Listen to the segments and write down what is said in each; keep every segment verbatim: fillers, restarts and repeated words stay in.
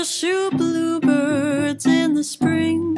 wish you bluebirds in the spring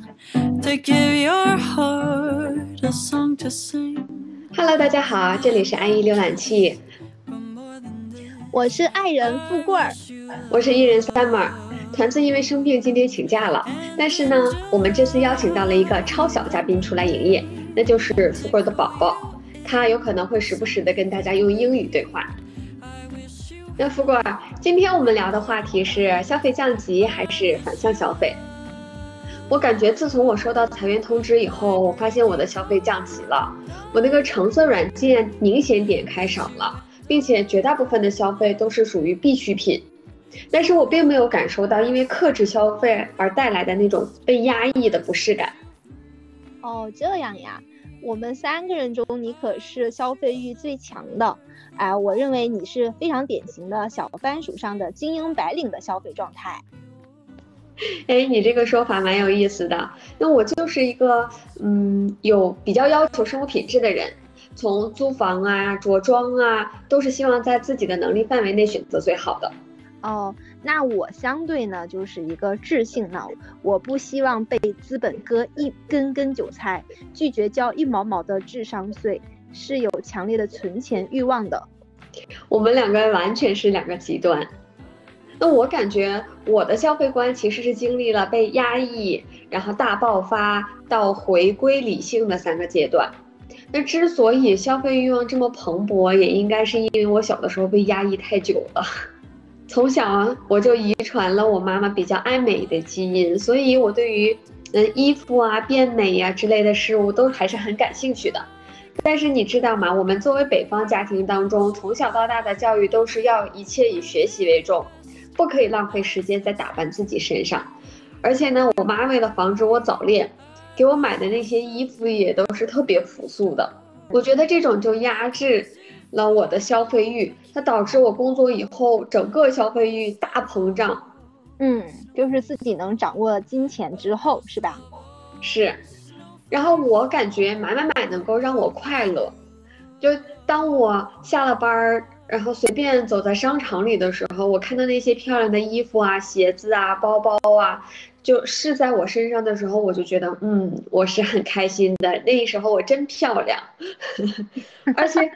to give your heart a song to sing。Hello， 大家好，这里是安逸浏览器， 我是爱人富贵儿， 我是艺人 Summer。团子因为生病今天请假了，但是呢，我们这次邀请到了一个超小嘉宾出来营业，那就是富贵的宝宝，他有可能会时不时的跟大家用英语对话。那富贵儿，今天我们聊的话题是消费降级还是反向消费？我感觉自从我收到裁员通知以后，我发现我的消费降级了，我那个橙色软件明显点开少了，并且绝大部分的消费都是属于必需品，但是我并没有感受到因为克制消费而带来的那种被压抑的不适感。 哦，这样呀，我们三个人中你可是消费欲最强的，哎、呃，我认为你是非常典型的小番薯上的精英白领的消费状态。 哎，你这个说法蛮有意思的。那我就是一个嗯有比较要求生活品质的人，从租房啊、着装啊，都是希望在自己的能力范围内选择最好的。 哦，那我相对呢就是一个智性脑，我不希望被资本割一根根韭菜，拒绝交一毛毛的智商税，是有强烈的存钱欲望的。 我们两个完全是两个极端。那我感觉我的消费观其实是经历了被压抑，然后大爆发到回归理性的三个阶段。那之所以消费欲望这么蓬勃，也应该是因为我小的时候被压抑太久了。从小我就遗传了我妈妈比较爱美的基因，所以我对于嗯衣服啊、变美呀、啊、之类的事物都还是很感兴趣的。但是你知道吗？我们作为北方家庭当中，从小到大的教育都是要一切以学习为重，不可以浪费时间在打扮自己身上。而且呢，我妈为了防止我早恋，给我买的那些衣服也都是特别朴素的。我觉得这种就压制了我的消费欲，它导致我工作以后整个消费欲大膨胀。 嗯，就是自己能掌握金钱之后，是吧？ 是。然后我感觉买买买能够让我快乐，就当我下了班然后随便走在商场里的时候，我看到那些漂亮的衣服啊、鞋子啊、包包啊，就试在我身上的时候，我就觉得嗯，我是很开心的。那时候我真漂亮，而且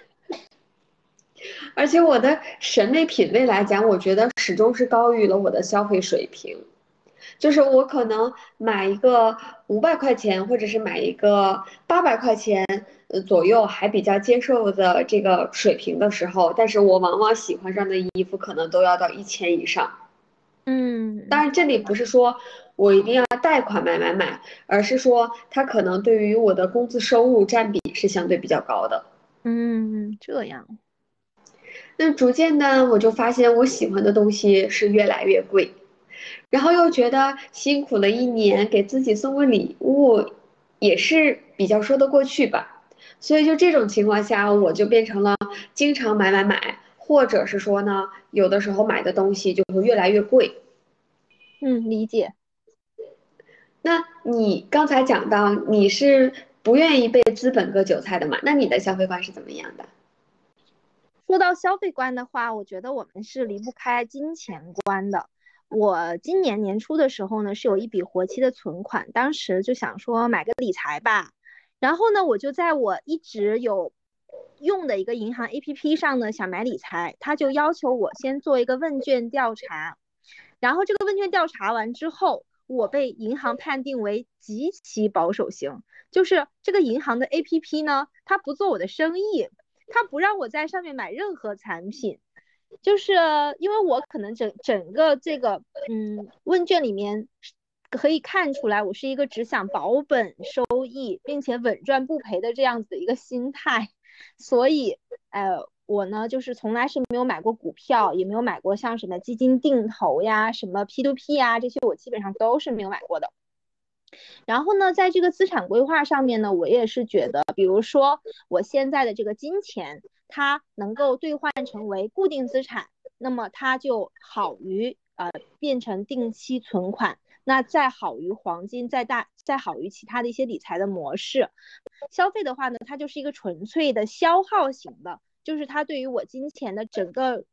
而且我的审美品味来讲，我觉得始终是高于了我的消费水平。就是我可能买一个五百块钱，或者是买一个八百块钱呃左右还比较接受的这个水平的时候，但是我往往喜欢上的衣服可能都要到一千以上。 嗯， 当然这里不是说我一定要贷款买买买，而是说它可能对于我的工资收入占比是相对比较高的。 嗯，这样。 那逐渐呢，我就发现我喜欢的东西是越来越贵。然后又觉得辛苦了一年，给自己送个礼物也是比较说得过去吧。所以就这种情况下，我就变成了经常买买买，或者是说呢，有的时候买的东西就会越来越贵。 嗯，理解。 那你刚才讲到你是不愿意被资本割韭菜的嘛？那你的消费观是怎么样的？ 说到消费观的话，我觉得我们是离不开金钱观的。我今年年初的时候呢，是有一笔活期的存款，当时就想说买个理财吧。然后呢，我就在我一直有用的一个银行 A P P 上呢，想买理财，他就要求我先做一个问卷调查。然后这个问卷调查完之后，我被银行判定为极其保守型，就是这个银行的 A P P 呢，它不做我的生意，它不让我在上面买任何产品。就是因为我可能整整个这个嗯问卷里面可以看出来，我是一个只想保本收益并且稳赚不赔的这样子的一个心态，所以呃我呢就是从来是没有买过股票，也没有买过像什么基金定投呀、什么 P to P 啊，这些我基本上都是没有买过的。然后呢，在这个资产规划上面呢，我也是觉得，比如说我现在的这个金钱，它能够兑换成为固定资产，那么它就好于呃变成定期存款，那再好于黄金，再大再好于其他的一些理财的模式。消费的话呢，它就是一个纯粹的消耗型的，就是它对于我金钱的整个呃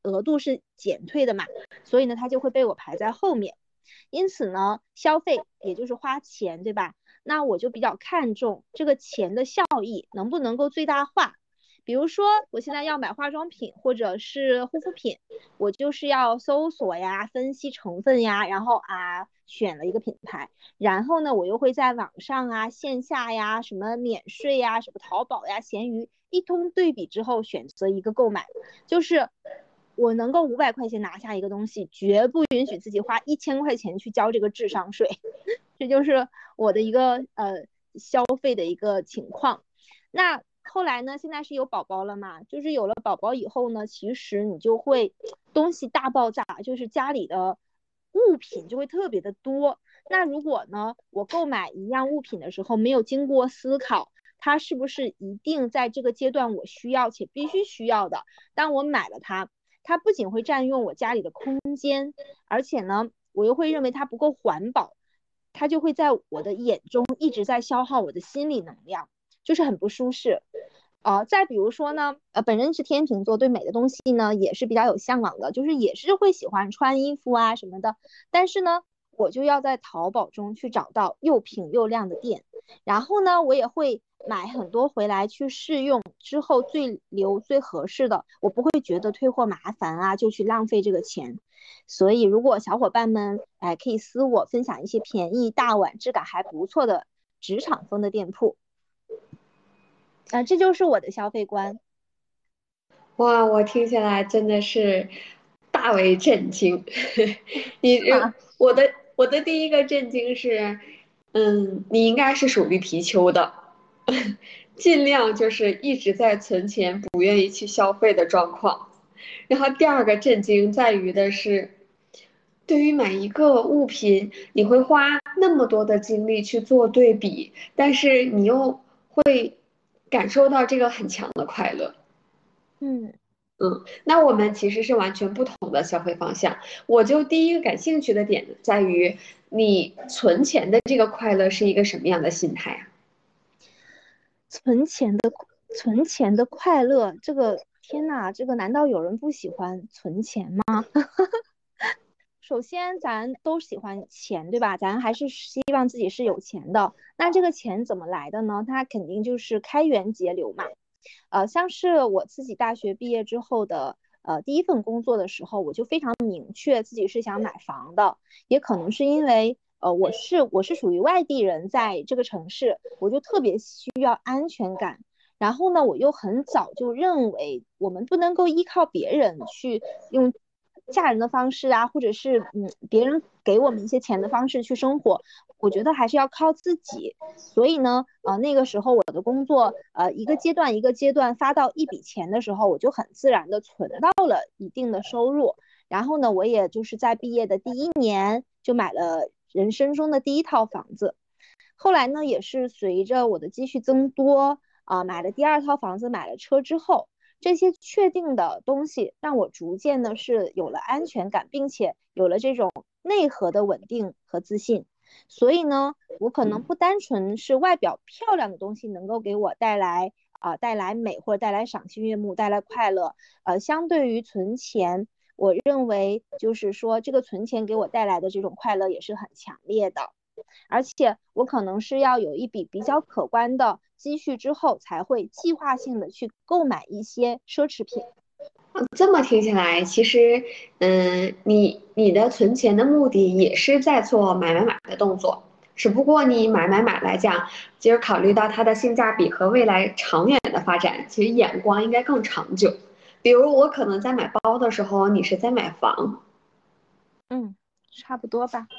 额度是减退的嘛，所以呢它就会被我排在后面。因此呢，消费也就是花钱，对吧？那我就比较看重这个钱的效益能不能够最大化。比如说，我现在要买化妆品或者是护肤品，我就是要搜索呀、分析成分呀，然后啊选了一个品牌，然后呢，我又会在网上啊、线下呀、什么免税呀、什么淘宝呀、闲鱼一通对比之后选择一个购买，就是我能够五百块钱拿下一个东西，绝不允许自己花一千块钱去交这个智商税，这就是我的一个呃消费的一个情况。那后来呢，现在是有宝宝了嘛，就是有了宝宝以后呢，其实你就会东西大爆炸，就是家里的物品就会特别的多。那如果呢，我购买一样物品的时候没有经过思考，它是不是一定在这个阶段我需要且必须需要的，当我买了它，它不仅会占用我家里的空间，而且呢，我又会认为它不够环保，它就会在我的眼中一直在消耗我的心理能量，就是很不舒适。呃，再比如说呢，呃，本人是天秤座，对美的东西呢也是比较有向往的，就是也是会喜欢穿衣服啊什么的。但是呢，我就要在淘宝中去找到又平又亮的店，然后呢，我也会买很多回来去试用，之后最流最合适的，我不会觉得退货麻烦啊，就去浪费这个钱。所以，如果小伙伴们哎可以私我分享一些便宜大碗、质感还不错的职场风的店铺。啊、呃，这就是我的消费观。 哇，我听起来真的是大为震惊。你我的我的第一个震惊是，嗯，你应该是属于皮丘的，尽量就是一直在存钱，不愿意去消费的状况。然后第二个震惊在于的是，对于买一个物品，你会花那么多的精力去做对比，但是你又会感受到这个很强的快乐。 嗯嗯，那我们其实是完全不同的消费方向。我就第一个感兴趣的点在于，你存钱的这个快乐是一个什么样的心态啊？ 存钱的存钱的快乐，这个天哪，这个难道有人不喜欢存钱吗？首先，咱都喜欢钱，对吧？咱还是希望自己是有钱的。那这个钱怎么来的呢？它肯定就是开源节流嘛。呃，像是我自己大学毕业之后的呃第一份工作的时候，我就非常明确自己是想买房的，也可能是因为呃我是我是属于外地人，在这个城市，我就特别需要安全感。然后呢，我又很早就认为我们不能够依靠别人去用嫁人的方式啊，或者是嗯别人给我们一些钱的方式去生活，我觉得还是要靠自己。所以呢，呃那个时候我的工作呃一个阶段一个阶段发到一笔钱的时候，我就很自然的存到了一定的收入。然后呢，我也就是在毕业的第一年就买了人生中的第一套房子。后来呢，也是随着我的积蓄增多啊、呃，买了第二套房子，买了车之后，这些确定的东西让我逐渐的是有了安全感，并且有了这种内核的稳定和自信。所以呢，我可能不单纯是外表漂亮的东西能够给我带来啊、呃、带来美或者带来赏心悦目，带来快乐。呃，相对于存钱，我认为就是说这个存钱给我带来的这种快乐也是很强烈的。而且我可能是要有一笔比较可观的积蓄之后，才会计划性的去购买一些奢侈品。 这么听起来，其实，嗯，你你的存钱的目的也是在做买买买的动作，只不过你买买买来讲，其实考虑到它的性价比和未来长远的发展，其实眼光应该更长久。比如我可能在买包的时候，你是在买房。 嗯，差不多吧。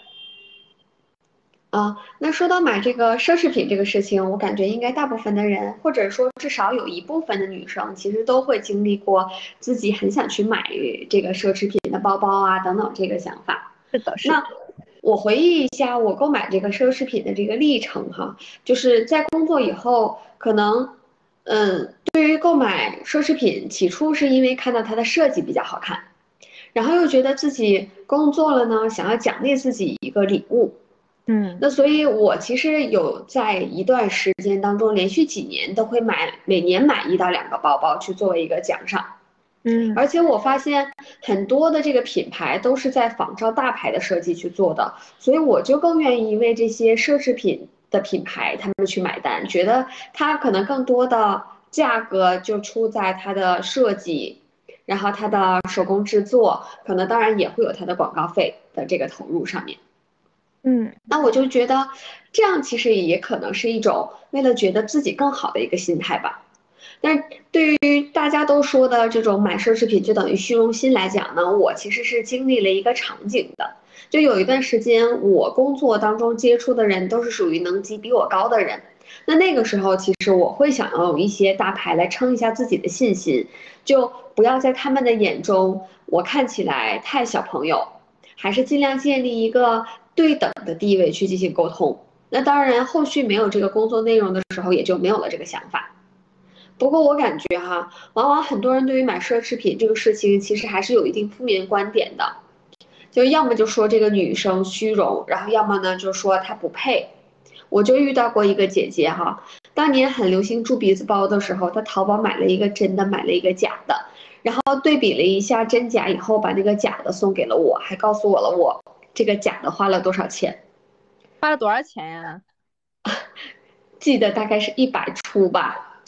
啊，那说到买这个奢侈品这个事情，我感觉应该大部分的人，或者说至少有一部分的女生，其实都会经历过自己很想去买这个奢侈品的包包啊等等这个想法。 是的，是的。 那我回忆一下我购买这个奢侈品的这个历程哈，就是在工作以后，可能嗯，对于购买奢侈品，起初是因为看到它的设计比较好看，然后又觉得自己工作了呢，想要奖励自己一个礼物。 嗯那所以，我其实有在一段时间当中，连续几年都会买，每年买一到两个包包去作为一个奖赏。 嗯而且我发现很多的这个品牌都是在仿照大牌的设计去做的，所以我就更愿意为这些奢侈品的品牌他们去买单，觉得它可能更多的价格就出在它的设计，然后它的手工制作，可能当然也会有它的广告费的这个投入上面。 嗯那我就觉得这样其实也可能是一种为了觉得自己更好的一个心态吧。但是对于大家都说的这种买奢侈品就等于虚荣心来讲呢，我其实是经历了一个场景的。就有一段时间，我工作当中接触的人都是属于能级比我高的人。那那个时候，其实我会想要有一些大牌来撑一下自己的信心，就不要在他们的眼中我看起来太小朋友，还是尽量建立一个对等的地位去进行沟通。那当然，后续没有这个工作内容的时候，也就没有了这个想法。不过我感觉哈，往往很多人对于买奢侈品这个事情，其实还是有一定负面观点的，就要么就说这个女生虚荣，然后要么呢就说她不配。我就遇到过一个姐姐哈，当年很流行猪鼻子包的时候，她淘宝买了一个真的，买了一个假的，然后对比了一下真假以后，把那个假的送给了我，还告诉我了我这个假的花了多少钱， 花了多少钱呀？ 记得大概是一百出吧。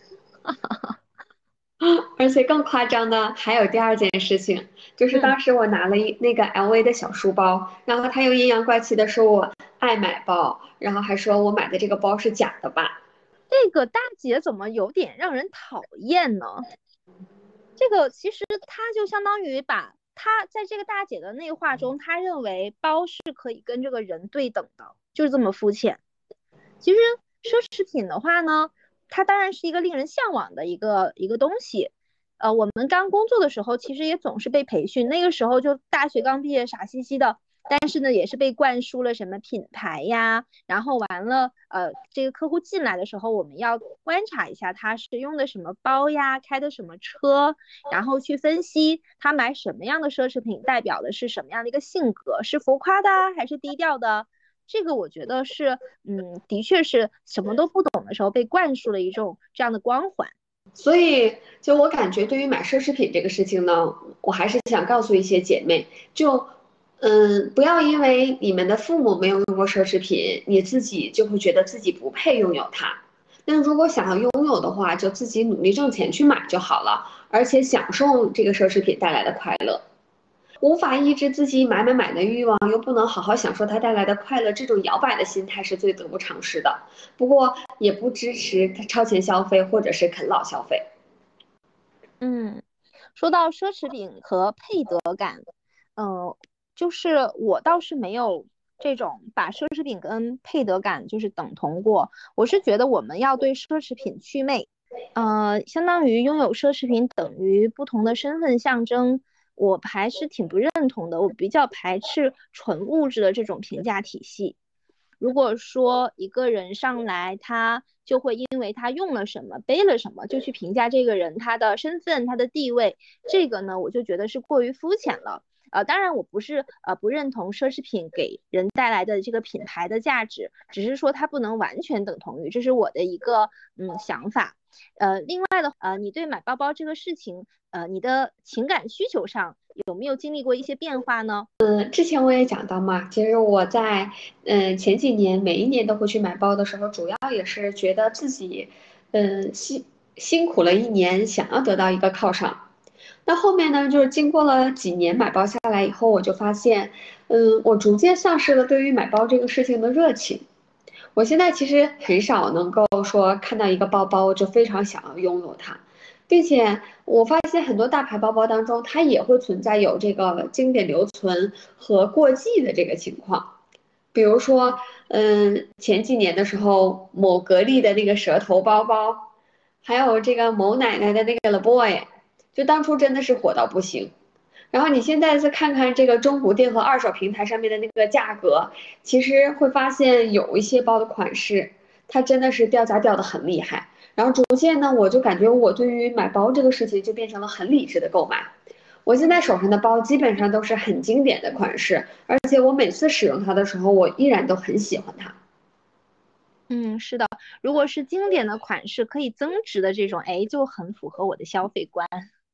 而且更夸张的还有第二件事情，就是嗯， 当时我拿了一那个 L V 的小书包，然后他又阴阳怪气的说我爱买包，然后还说我买的这个包是假的吧。 这个大姐怎么有点让人讨厌呢？这个其实他就相当于把他在这个大姐的内化中，他认为包是可以跟这个人对等的，就是这么肤浅。其实奢侈品的话呢，它当然是一个令人向往的一个一个东西。呃，我们刚工作的时候，其实也总是被培训，那个时候就大学刚毕业，傻兮兮的，但是呢，也是被灌输了什么品牌呀，然后完了，呃，这个客户进来的时候，我们要观察一下他是用的什么包呀，开的什么车，然后去分析他买什么样的奢侈品代表的是什么样的一个性格，是浮夸的还是低调的。这个我觉得是，嗯，的确是什么都不懂的时候被灌输了一种这样的光环。 所以，就我感觉，对于买奢侈品这个事情呢，我还是想告诉一些姐妹，就，嗯，不要因为你们的父母没有用过奢侈品，你自己就会觉得自己不配拥有它。那如果想要拥有的话，就自己努力挣钱去买就好了，而且享受这个奢侈品带来的快乐。无法抑制自己买买买的欲望，又不能好好享受它带来的快乐，这种摇摆的心态是最得不偿失的。不过，也不支持超前消费或者是啃老消费。 嗯，说到奢侈品和配得感，呃，就是我倒是没有这种把奢侈品跟配得感就是等同过。我是觉得我们要对奢侈品祛魅，呃，相当于拥有奢侈品等于不同的身份象征，我还是挺不认同的。我比较排斥纯物质的这种评价体系。如果说一个人上来，他就会因为他用了什么、背了什么，就去评价这个人他的身份、他的地位，这个呢，我就觉得是过于肤浅了。呃，当然我不是呃不认同奢侈品给人带来的这个品牌的价值，只是说它不能完全等同于，这是我的一个嗯想法。呃，另外的呃，你对买包包这个事情，呃，你的情感需求上有没有经历过一些变化呢？ 嗯，之前我也讲到嘛，其实我在嗯前几年每一年都会去买包的时候，主要也是觉得自己嗯辛辛苦了一年，想要得到一个犒赏。那后面呢，就是经过了几年买包下来以后，我就发现，嗯，我逐渐丧失了对于买包这个事情的热情。我现在其实很少能够说看到一个包包就非常想要拥有它，并且我发现很多大牌包包当中，它也会存在有这个经典留存和过季的这个情况。比如说，嗯，前几年的时候，某格力的那个蛇头包包，还有这个某奶奶的那个 The Boy，就当初真的是火到不行。然后你现在再看看这个中古店和二手平台上面的那个价格，其实会发现有一些包的款式，它真的是掉价掉的很厉害。然后逐渐呢，我就感觉我对于买包这个事情就变成了很理智的购买。我现在手上的包基本上都是很经典的款式，而且我每次使用它的时候，我依然都很喜欢它。 嗯，是的，如果是经典的款式可以增值的这种，哎，就很符合我的消费观。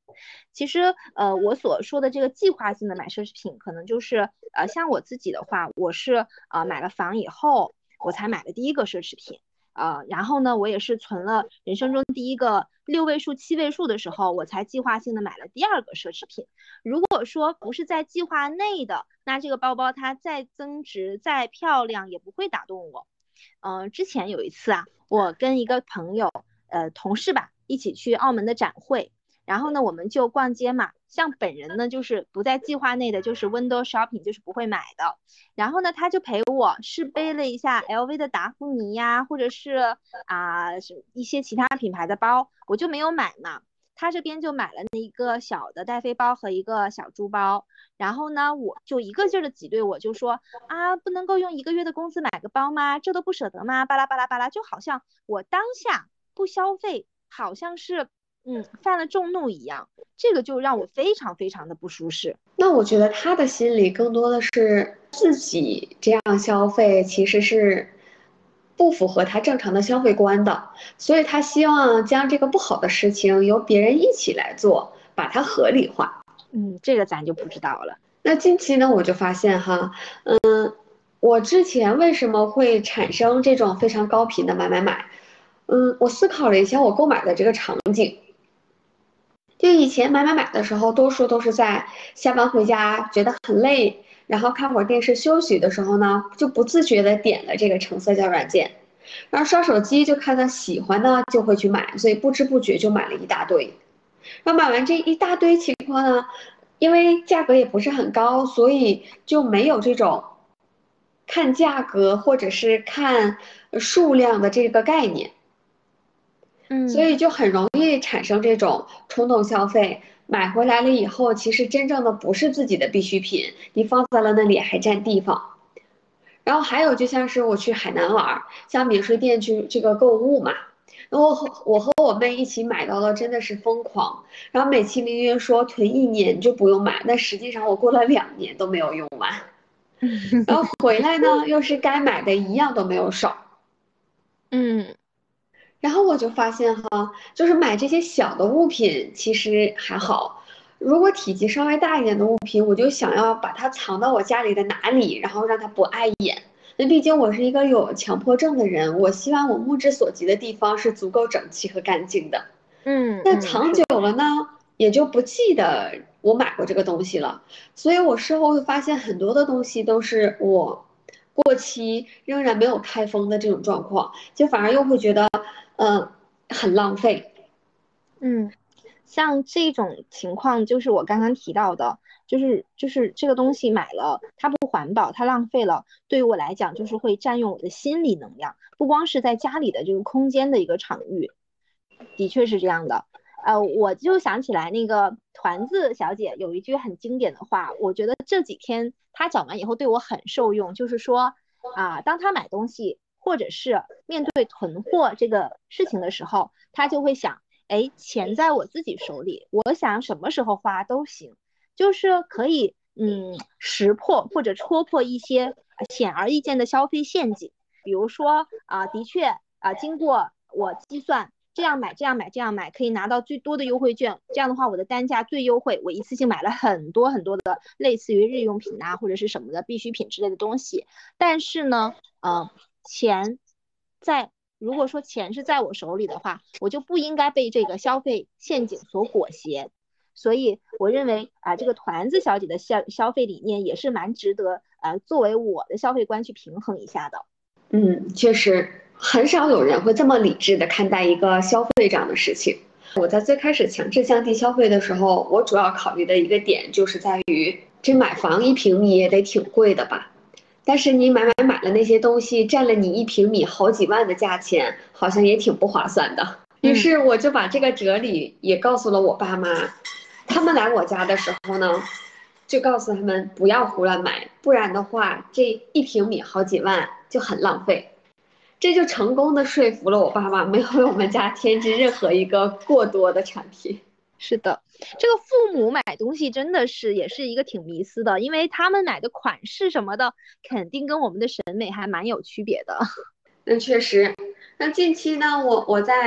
其实，呃，我所说的这个计划性的买奢侈品，可能就是，呃，像我自己的话，我是呃买了房以后，我才买的第一个奢侈品，呃，然后呢，我也是存了人生中第一个六位数、七位数的时候，我才计划性的买了第二个奢侈品。如果说不是在计划内的，那这个包包它再增值、再漂亮，也不会打动我。嗯、呃，之前有一次啊，我跟一个朋友，呃，同事吧，一起去澳门的展会。然后呢，我们就逛街嘛。像本人呢，就是不在计划内的，就是 window shopping，就是不会买的。然后呢，他就陪我试背了一下 L V 的达芙妮呀，或者是啊、是一些其他品牌的包，我就没有买嘛。他这边就买了那一个小的带飞包和一个小珠包。然后呢，我就一个劲儿的挤兑我，就说啊，不能够用一个月的工资买个包吗？这都不舍得吗？巴拉巴拉巴拉，就好像我当下不消费，好像是。嗯，犯了众怒一样，这个就让我非常非常的不舒适。 那我觉得他的心理更多的是自己这样消费，其实是不符合他正常的消费观的，所以他希望将这个不好的事情由别人一起来做，把它合理化。 嗯，这个咱就不知道了。 那近期呢，我就发现哈，嗯，我之前为什么会产生这种非常高频的买买买？嗯，我思考了一下我购买的这个场景。就以前买买买的时候，多数都是在下班回家觉得很累，然后看会儿电视休息的时候呢，就不自觉的点了这个橙色胶软件，然后刷手机就看到喜欢的就会去买，所以不知不觉就买了一大堆。然后买完这一大堆情况呢，因为价格也不是很高，所以就没有这种看价格或者是看数量的这个概念。所嗯以就很容易产生这种冲动消费，买回来了以后，其实真正的不是自己的必需品，你放在了那里还占地方。然后还有就像是我去海南玩，像免税店去这个购物嘛，然后和我和我妹一起买到了，真的是疯狂。然后美其名曰说囤一年就不用买，但实际上我过了两年都没有用完，然后回来呢又是该买的一样都没有少。 嗯然后我就发现哈，就是买这些小的物品其实还好，如果体积稍微大一点的物品，我就想要把它藏到我家里的哪里，然后让它不碍眼。那毕竟我是一个有强迫症的人，我希望我目之所及的地方是足够整齐和干净的。那嗯嗯， 藏久了呢，也就不记得我买过这个东西了。所以我事后会发现很多的东西都是我过期仍然没有开封的这种状况，就反而又会觉得。嗯，很浪费。 嗯，像这种情况，就是我刚刚提到的，就是就是这个东西买了，它不环保，它浪费了，对于我来讲，就是会占用我的心理能量，不光是在家里的这个空间的一个场域，的确是这样的。呃，我就想起来那个团子小姐有一句很经典的话，我觉得这几天她讲完以后对我很受用，就是说啊，当她买东西或者是面对囤货这个事情的时候，她就会想，哎，钱在我自己手里，我想什么时候花都行，就是可以嗯识破或者戳破一些显而易见的消费陷阱，比如说啊，的确啊，经过我计算。这样买，这样买，这样买，可以拿到最多的优惠券。这样的话，我的单价最优惠，我一次性买了很多很多的类似于日用品啊，或者是什么的必需品之类的东西。但是呢，呃，钱在如果说钱是在我手里的话，我就不应该被这个消费陷阱所裹挟。所以我认为啊、呃，这个团子小姐的消消费理念也是蛮值得呃作为我的消费观去平衡一下的。 嗯，确实很少有人会这么理智的看待一个消费这样的事情。我在最开始强制降低消费的时候，我主要考虑的一个点就是在于，这买房一平米也得挺贵的吧？但是你买买买了那些东西，占了你一平米好几万的价钱，好像也挺不划算的。于是我就把这个哲理也告诉了我爸妈，他们来我家的时候呢，就告诉他们不要胡乱买，不然的话这一平米好几万就很浪费。这就成功的说服了我爸妈，没有为我们家添置任何一个过多的产品。 是的，这个父母买东西真的是也是一个挺迷思的，因为他们买的款式什么的，肯定跟我们的审美还蛮有区别的。 那确实，那近期呢，我我在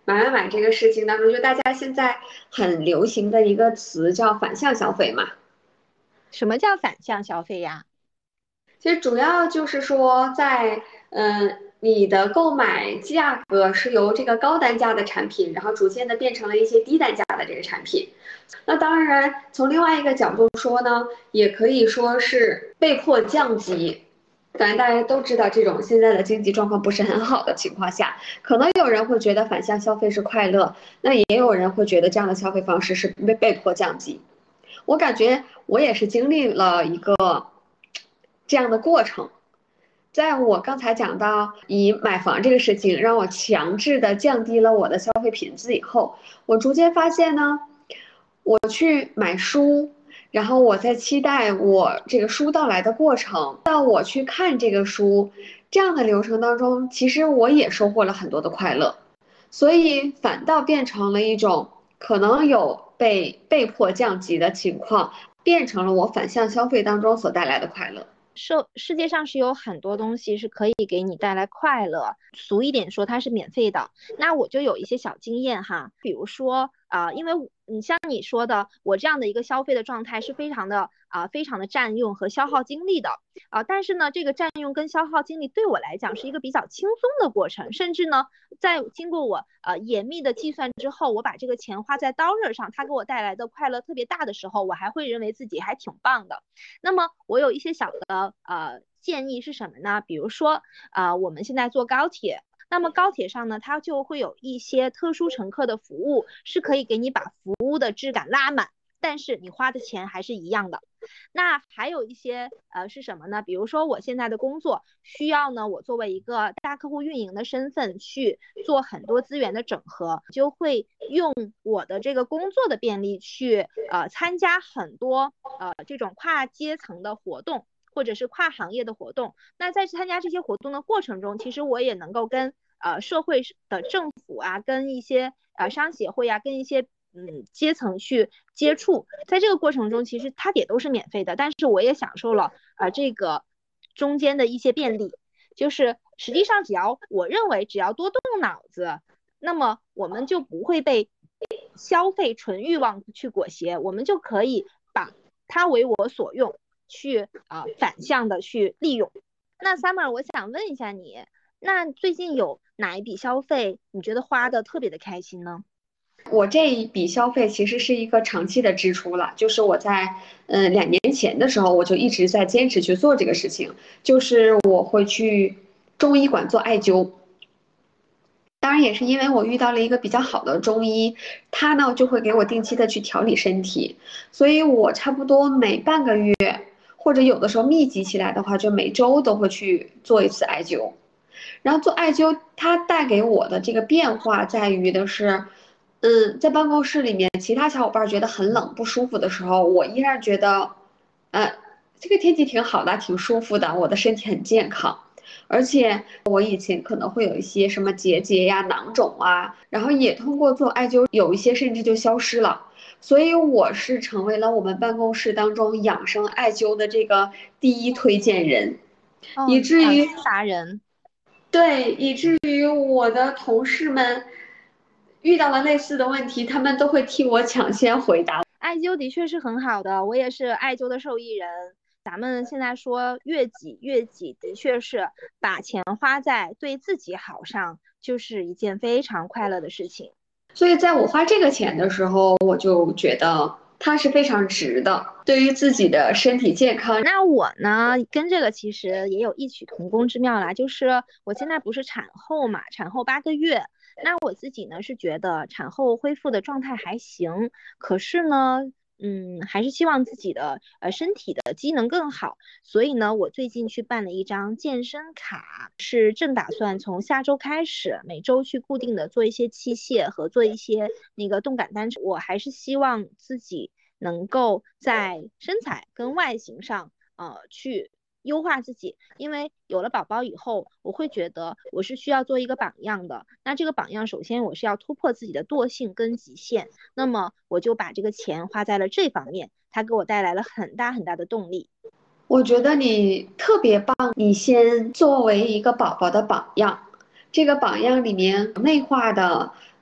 买买买这个事情当中，就大家现在很流行的一个词叫反向消费嘛。 什么叫反向消费呀？ 其实主要就是说在，嗯，你的购买价格是由这个高单价的产品，然后逐渐的变成了一些低单价的这个产品。那当然，从另外一个角度说呢，也可以说是被迫降级。反正大家都知道，这种现在的经济状况不是很好的情况下，可能有人会觉得反向消费是快乐，那也有人会觉得这样的消费方式是被被迫降级。我感觉我也是经历了一个这样的过程。在我刚才讲到以买房这个事情让我强制的降低了我的消费品质以后，我逐渐发现呢，我去买书，然后我在期待我这个书到来的过程，到我去看这个书这样的流程当中，其实我也收获了很多的快乐，所以反倒变成了一种可能有被被迫降级的情况，变成了我反向消费当中所带来的快乐。 世世界上是有很多东西是可以给你带来快乐，俗一点说它是免费的。那我就有一些小经验哈，比如说啊、呃，因为你像你说的，我这样的一个消费的状态是非常的啊、呃，非常的占用和消耗精力的啊、呃。但是呢，这个占用跟消耗精力对我来讲是一个比较轻松的过程，甚至呢，在经过我呃严密的计算之后，我把这个钱花在刀刃上，它给我带来的快乐特别大的时候，我还会认为自己还挺棒的。那么我有一些小的呃建议是什么呢？比如说啊、呃，我们现在坐高铁。那么高铁上呢，它就会有一些特殊乘客的服务，是可以给你把服务的质感拉满，但是你花的钱还是一样的。那还有一些呃是什么呢？比如说我现在的工作需要呢，我作为一个大客户运营的身份去做很多资源的整合，就会用我的这个工作的便利去呃参加很多呃这种跨阶层的活动。或者是跨行业的活动，那在参加这些活动的过程中，其实我也能够跟呃社会的政府啊，跟一些呃商协会啊，跟一些嗯阶层去接触，在这个过程中，其实它也都是免费的，但是我也享受了呃这个中间的一些便利，就是实际上只要我认为只要多动脑子，那么我们就不会被消费纯欲望去裹挟，我们就可以把它为我所用。去啊、呃、反向的去利用。那 Summer， 我想问一下你，那最近有哪一笔消费你觉得花的特别的开心呢？ 我这一笔消费其实是一个长期的支出了，就是我在嗯两年前的时候，我就一直在坚持去做这个事情，就是我会去中医馆做艾灸。当然也是因为我遇到了一个比较好的中医，他呢就会给我定期的去调理身体，所以我差不多每半个月。或者有的时候密集起来的话，就每周都会去做一次艾灸。然后做艾灸，它带给我的这个变化在于的是，嗯，在办公室里面，其他小伙伴觉得很冷不舒服的时候，我依然觉得，呃，这个天气挺好的，挺舒服的，我的身体很健康。而且我以前可能会有一些什么结节呀、囊肿啊，然后也通过做艾灸，有一些甚至就消失了。所以我是成为了我们办公室当中养生艾灸的这个第一推荐人， 哦， 以至于达人。 对，以至于我的同事们遇到了类似的问题，他们都会替我抢先回答。 艾灸的确是很好的，我也是艾灸的受益人。咱们现在说悦己悦己，的确是把钱花在对自己好上，就是一件非常快乐的事情。 所以在我花这个钱的时候，我就觉得它是非常值的，对于自己的身体健康。 那我呢，跟这个其实也有异曲同工之妙啦，就是我现在不是产后嘛，产后八个月，那我自己呢是觉得产后恢复的状态还行，可是呢。嗯，还是希望自己的呃身体的机能更好，所以呢，我最近去办了一张健身卡，是正打算从下周开始每周去固定的做一些器械和做一些那个动感单车。我还是希望自己能够在身材跟外形上呃去优化自己，因为有了宝宝以后，我会觉得我是需要做一个榜样的。那这个榜样，首先我是要突破自己的惰性跟极限，那么我就把这个钱花在了这方面，它给我带来了很大很大的动力。 我觉得你特别棒，你先作为一个宝宝的榜样，这个榜样里面内化的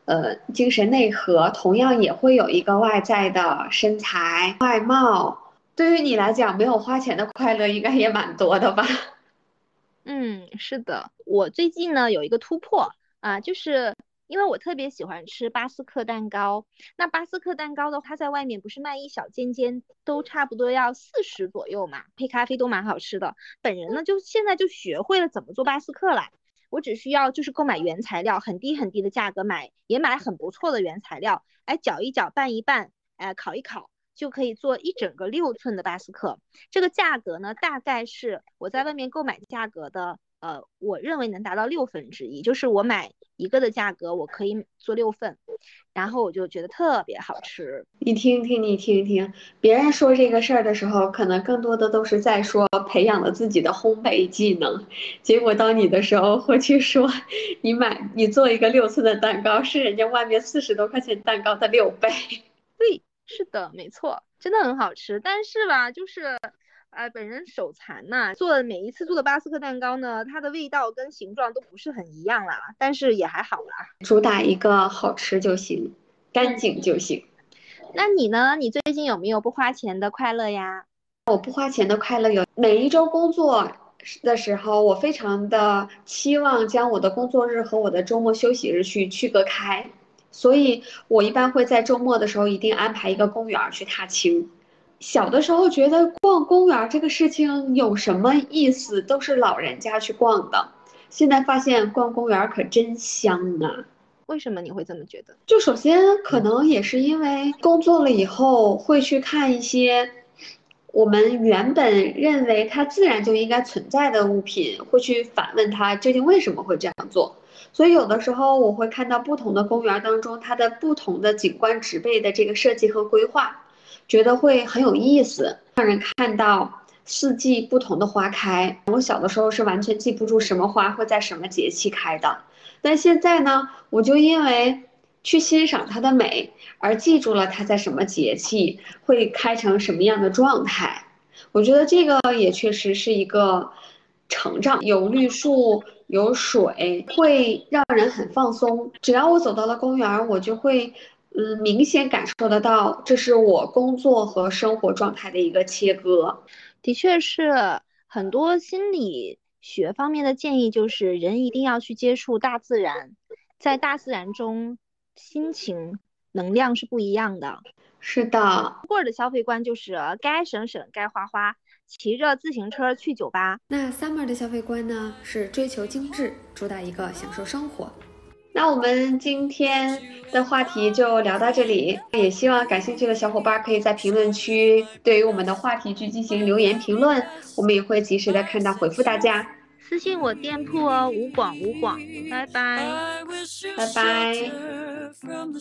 呃精神内核，同样也会有一个外在的身材外貌。对于你来讲，没有花钱的快乐应该也蛮多的吧？ 嗯，是的，我最近呢有一个突破啊，就是因为我特别喜欢吃巴斯克蛋糕。那巴斯克蛋糕的话，它在外面不是卖一小间间，都差不多要四十左右嘛，配咖啡都蛮好吃的。本人呢就现在就学会了怎么做巴斯克了。我只需要就是购买原材料，很低很低的价格买，也买很不错的原材料，哎，搅一搅，拌一拌，哎，烤一烤，就可以做一整个六寸的巴斯克。这个价格呢，大概是我在外面购买价格的，呃，我认为能达到六分之一，就是我买一个的价格，我可以做六份，然后我就觉得特别好吃。 你听听，你听听，别人说这个事儿的时候，可能更多的都是在说培养了自己的烘焙技能，结果到你的时候会去说，你买你做一个六寸的蛋糕是人家外面四十多块钱蛋糕的六倍。 对，是的，没错，真的很好吃。但是吧，就是，呃，本人手残呐，做的每一次做的巴斯克蛋糕呢，它的味道跟形状都不是很一样啦，但是也还好啦。 主打一个好吃就行，干净就行。 那你呢？你最近有没有不花钱的快乐呀？ 我不花钱的快乐有，每一周工作的时候，我非常的期望将我的工作日和我的周末休息日去区隔开，所以我一般会在周末的时候一定安排一个公园儿去踏青。小的时候觉得逛公园儿这个事情有什么意思，都是老人家去逛的，现在发现逛公园儿可真香啊！ 为什么你会这么觉得？ 就首先可能也是因为工作了以后会去看一些我们原本认为它自然就应该存在的物品，会去反问它究竟为什么会这样做。所以有的时候我会看到不同的公园当中，它的不同的景观植被的这个设计和规划，觉得会很有意思，让人看到四季不同的花开。我小的时候是完全记不住什么花会在什么节气开的。但现在呢，我就因为去欣赏它的美，而记住了它在什么节气会开成什么样的状态。我觉得这个也确实是一个成长，有绿树，有水，会让人很放松。只要我走到了公园，我就会嗯明显感受得到，这是我工作和生活状态的一个切割。 的确是很多心理学方面的建议，就是人一定要去接触大自然，在大自然中，心情、能量是不一样的。 是的， 过儿的消费观就是该省省，该花花，骑着自行车去酒吧。 那 Summer 的消费观呢，是追求精致，主打一个享受生活。 那我们今天的话题就聊到这里，也希望感兴趣的小伙伴可以在评论区对于我们的话题去进行留言评论，我们也会及时的看到回复大家。 私信我店铺哦，无广无广，拜拜， 拜拜。 From the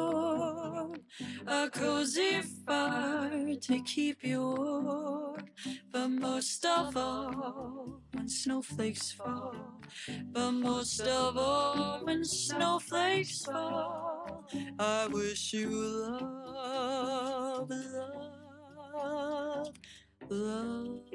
storm, a cozy fire to keep you warm. But most of all, when snowflakes fall, but most of all, when snowflakes fall, I wish you love, love, love.